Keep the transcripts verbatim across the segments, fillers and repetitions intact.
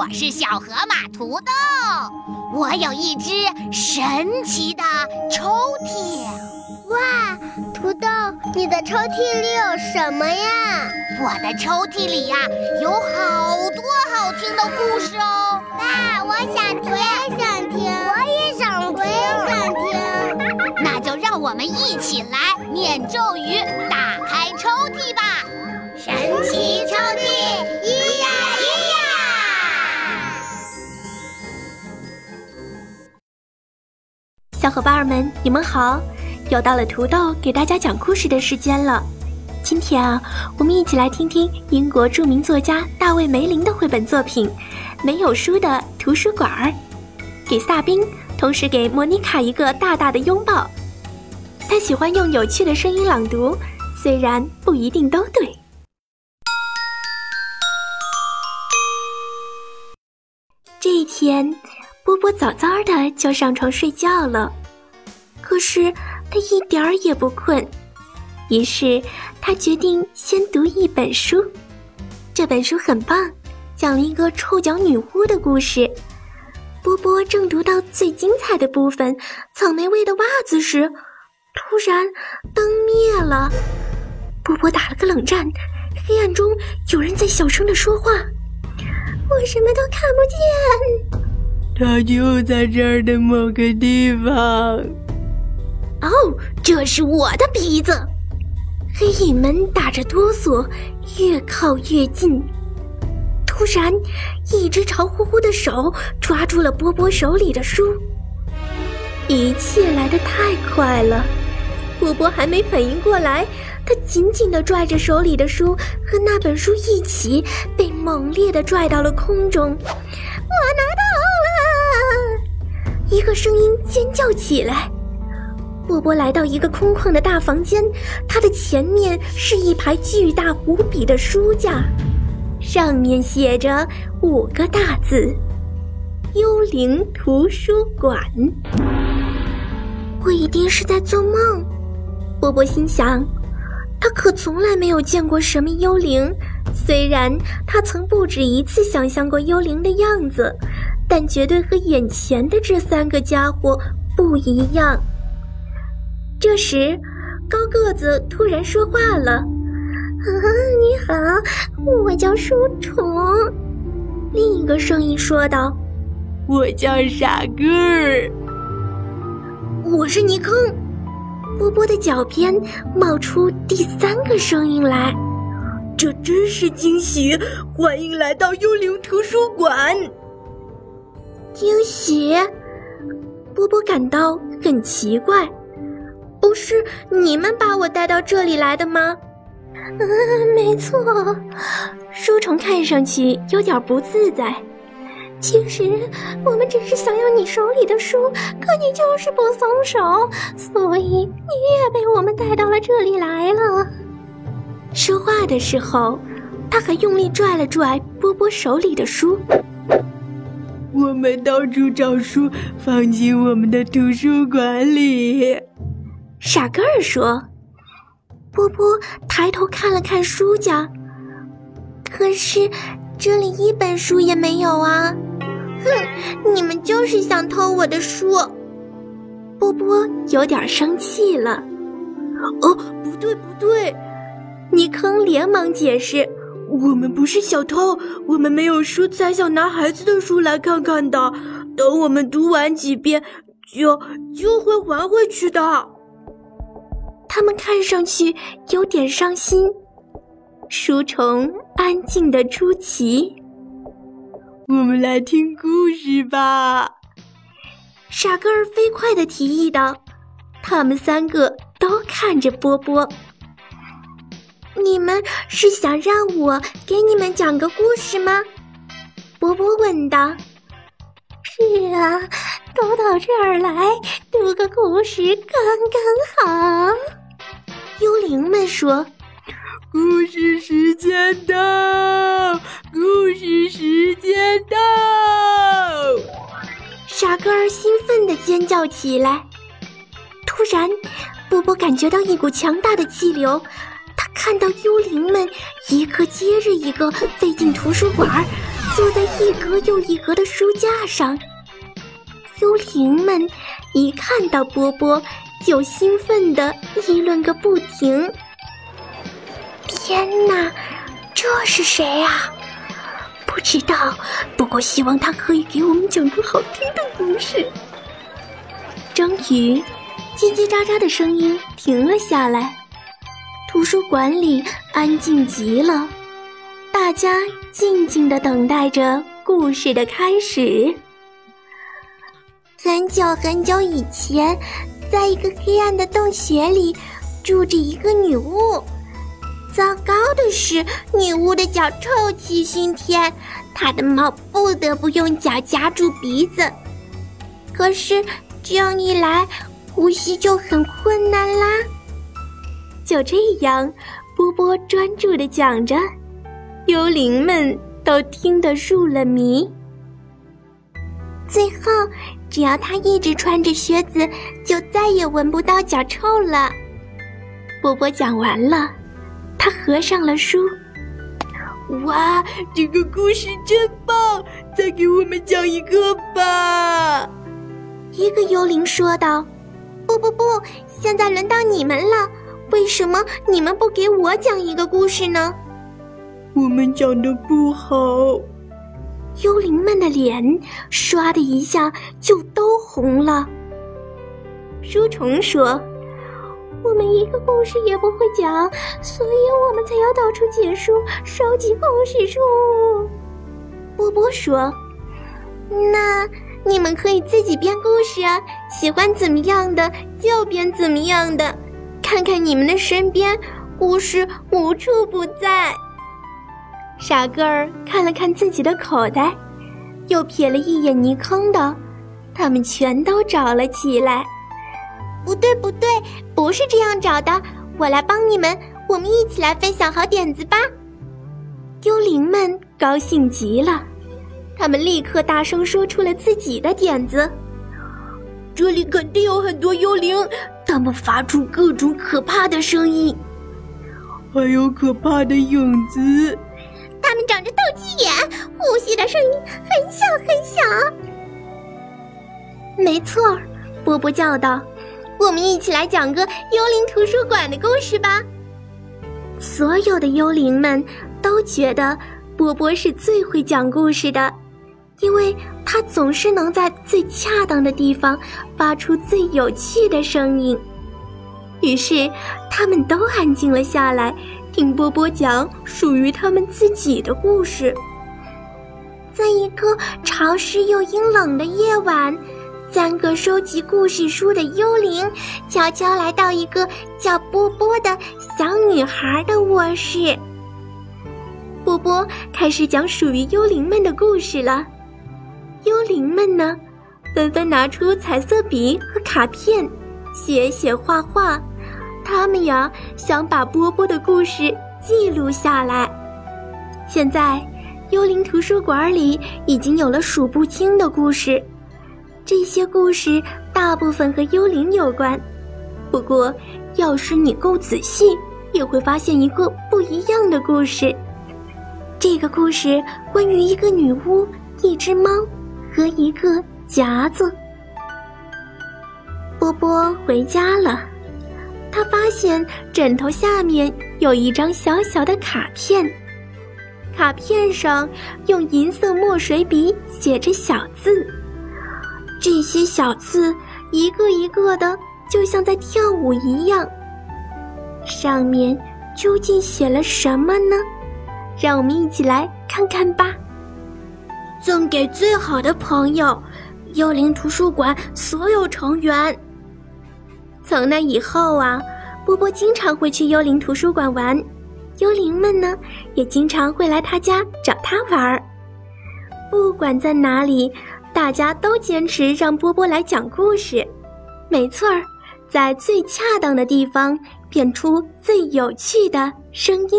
我是小河马土豆，我有一只神奇的抽屉。 哇，土豆，你的抽屉里有什么呀？ 我的抽屉里呀，有好多好听的故事哦。 爸，我想听，我也想听，我也想听，我也想听。 那就让我们一起来念咒语，打开抽屉吧。 神奇抽屉，咿呀咿呀！ 小伙伴们，你们好！又到了土豆给大家讲故事的时间了。今天啊，我们一起来听听英国著名作家大卫·梅林的绘本作品《没有书的图书馆》。给萨宾，同时给莫妮卡一个大大的拥抱。他喜欢用有趣的声音朗读，虽然不一定都对。这一天，波波早早的就上床睡觉了，可是他一点儿也不困。于是他决定先读一本书。这本书很棒，讲了一个臭脚女巫的故事。波波正读到最精彩的部分草莓味的袜子时，突然灯灭了。波波打了个冷战，黑暗中有人在小声地说话，我什么都看不见。 他就在这儿的某个地方。 哦，这是我的鼻子。黑影们打着哆嗦，越靠越近。突然，一只潮乎乎的手抓住了波波手里的书。一切来得太快了，波波还没反应过来，他紧紧地拽着手里的书，和那本书一起被猛烈地拽到了空中。我拿到了！一个声音尖叫起来。波波来到一个空旷的大房间，它的前面是一排巨大无比的书架，上面写着五个大字：幽灵图书馆。我一定是在做梦，波波心想。他可从来没有见过什么幽灵，虽然他曾不止一次想象过幽灵的样子，但绝对和眼前的这三个家伙不一样。这时，高个子突然说话了：“啊，你好，我叫书虫。”另一个声音说道：“ 我叫傻个儿。” 我是泥坑。波波的脚边冒出第三个声音来：“ 这真是惊喜！欢迎来到幽灵图书馆。” 惊喜？波波感到很奇怪。不是你们把我带到这里来的吗？嗯，没错。书虫看上去有点不自在。其实我们只是想要你手里的书，可你就是不松手，所以你也被我们带到了这里来了。说话的时候，他还用力拽了拽波波手里的书。 我们到处找书，放进我们的图书馆里。 傻个儿说。波波抬头看了看书架，可是这里一本书也没有啊。哼，你们就是想偷我的书。波波有点生气了。 哦，不对不对， 泥坑连忙解释， 我们不是小偷，我们没有书才想拿孩子的书来看看的，等我们读完几遍就就会还回去的。 他们看上去有点伤心。书虫安静地出奇。 我们来听故事吧。 傻个儿飞快地提议道。他们三个都看着波波。你们是想让我给你们讲个故事吗？波波问道。是啊，都到这儿来，读个故事刚刚好。幽灵们说。 故事时间到，故事时间到！ 傻个儿兴奋地尖叫起来。突然，波波感觉到一股强大的气流，他看到幽灵们一个接着一个飞进图书馆， 坐在一格又一格的书架上。幽灵们一看到波波，就兴奋地议论个不停。天哪，这是谁啊？不知道，不过希望他可以给我们讲个好听的故事。终于，叽叽喳喳的声音停了下来，图书馆里安静极了，大家静静地等待着故事的开始。很久很久以前，在一个黑暗的洞穴里，住着一个女巫。糟糕的是，女巫的脚臭气熏天，她的猫不得不用脚夹住鼻子。可是这样一来，呼吸就很困难啦。就这样，波波专注地讲着，幽灵们都听得入了迷。最后，只要他一直穿着靴子，就再也闻不到脚臭了。波波讲完了，他合上了书。 哇，这个故事真棒，再给我们讲一个吧。 一个幽灵说道。不不不，现在轮到你们了，为什么你们不给我讲一个故事呢？ 我们讲得不好。 幽灵们的脸唰的一下就都红了。书虫说，我们一个故事也不会讲，所以我们才要到处借书，收集故事书。波波说，那你们可以自己编故事啊，喜欢怎么样的就编怎么样的，看看你们的身边，故事无处不在。傻个儿看了看自己的口袋，又瞥了一眼泥坑的，他们全都找了起来。不对不对，不是这样找的，我来帮你们，我们一起来分享好点子吧。幽灵们高兴极了，他们立刻大声说出了自己的点子。 这里肯定有很多幽灵，它们发出各种可怕的声音，还有可怕的影子。 它们长着斗鸡眼，呼吸的声音很小很小。 没错，波波叫道，我们一起来讲个幽灵图书馆的故事吧。所有的幽灵们都觉得波波是最会讲故事的，因为他总是能在最恰当的地方发出最有趣的声音。于是他们都安静了下来，听波波讲属于他们自己的故事。在一个潮湿又阴冷的夜晚，三个收集故事书的幽灵悄悄来到一个叫波波的小女孩的卧室。波波开始讲属于幽灵们的故事了。幽灵们呢，纷纷拿出彩色笔和卡片，写写画画。他们呀，想把波波的故事记录下来。现在，幽灵图书馆里已经有了数不清的故事，这些故事大部分和幽灵有关。不过，要是你够仔细，也会发现一个不一样的故事。这个故事关于一个女巫、一只猫和一个夹子。波波回家了。他发现枕头下面有一张小小的卡片，卡片上用银色墨水笔写着小字，这些小字一个一个的就像在跳舞一样。上面究竟写了什么呢？让我们一起来看看吧。赠给最好的朋友，幽灵图书馆所有成员。从那以后啊，波波经常会去幽灵图书馆玩，幽灵们呢，也经常会来他家找他玩。不管在哪里，大家都坚持让波波来讲故事。没错儿，在最恰当的地方变出最有趣的声音。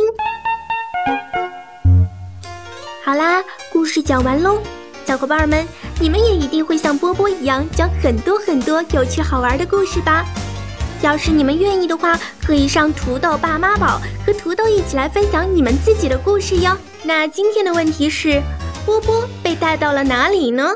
好啦，故事讲完喽，小伙伴们，你们也一定会像波波一样讲很多很多有趣好玩的故事吧。要是你们愿意的话，可以上土豆爸妈宝和土豆一起来分享你们自己的故事哟。那今天的问题是， 波波被带到了哪里呢？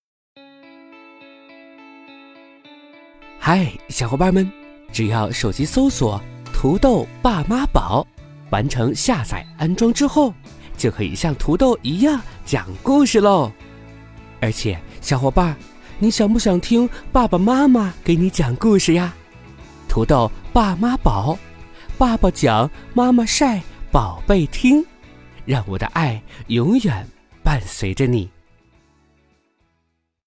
嗨，小伙伴们，只要手机搜索土豆爸妈宝，完成下载安装之后，就可以像土豆一样讲故事喽。而且小伙伴，你想不想听爸爸妈妈给你讲故事呀？土豆爸妈宝，爸爸讲，妈妈晒，宝贝听，让我的爱永远伴随着你。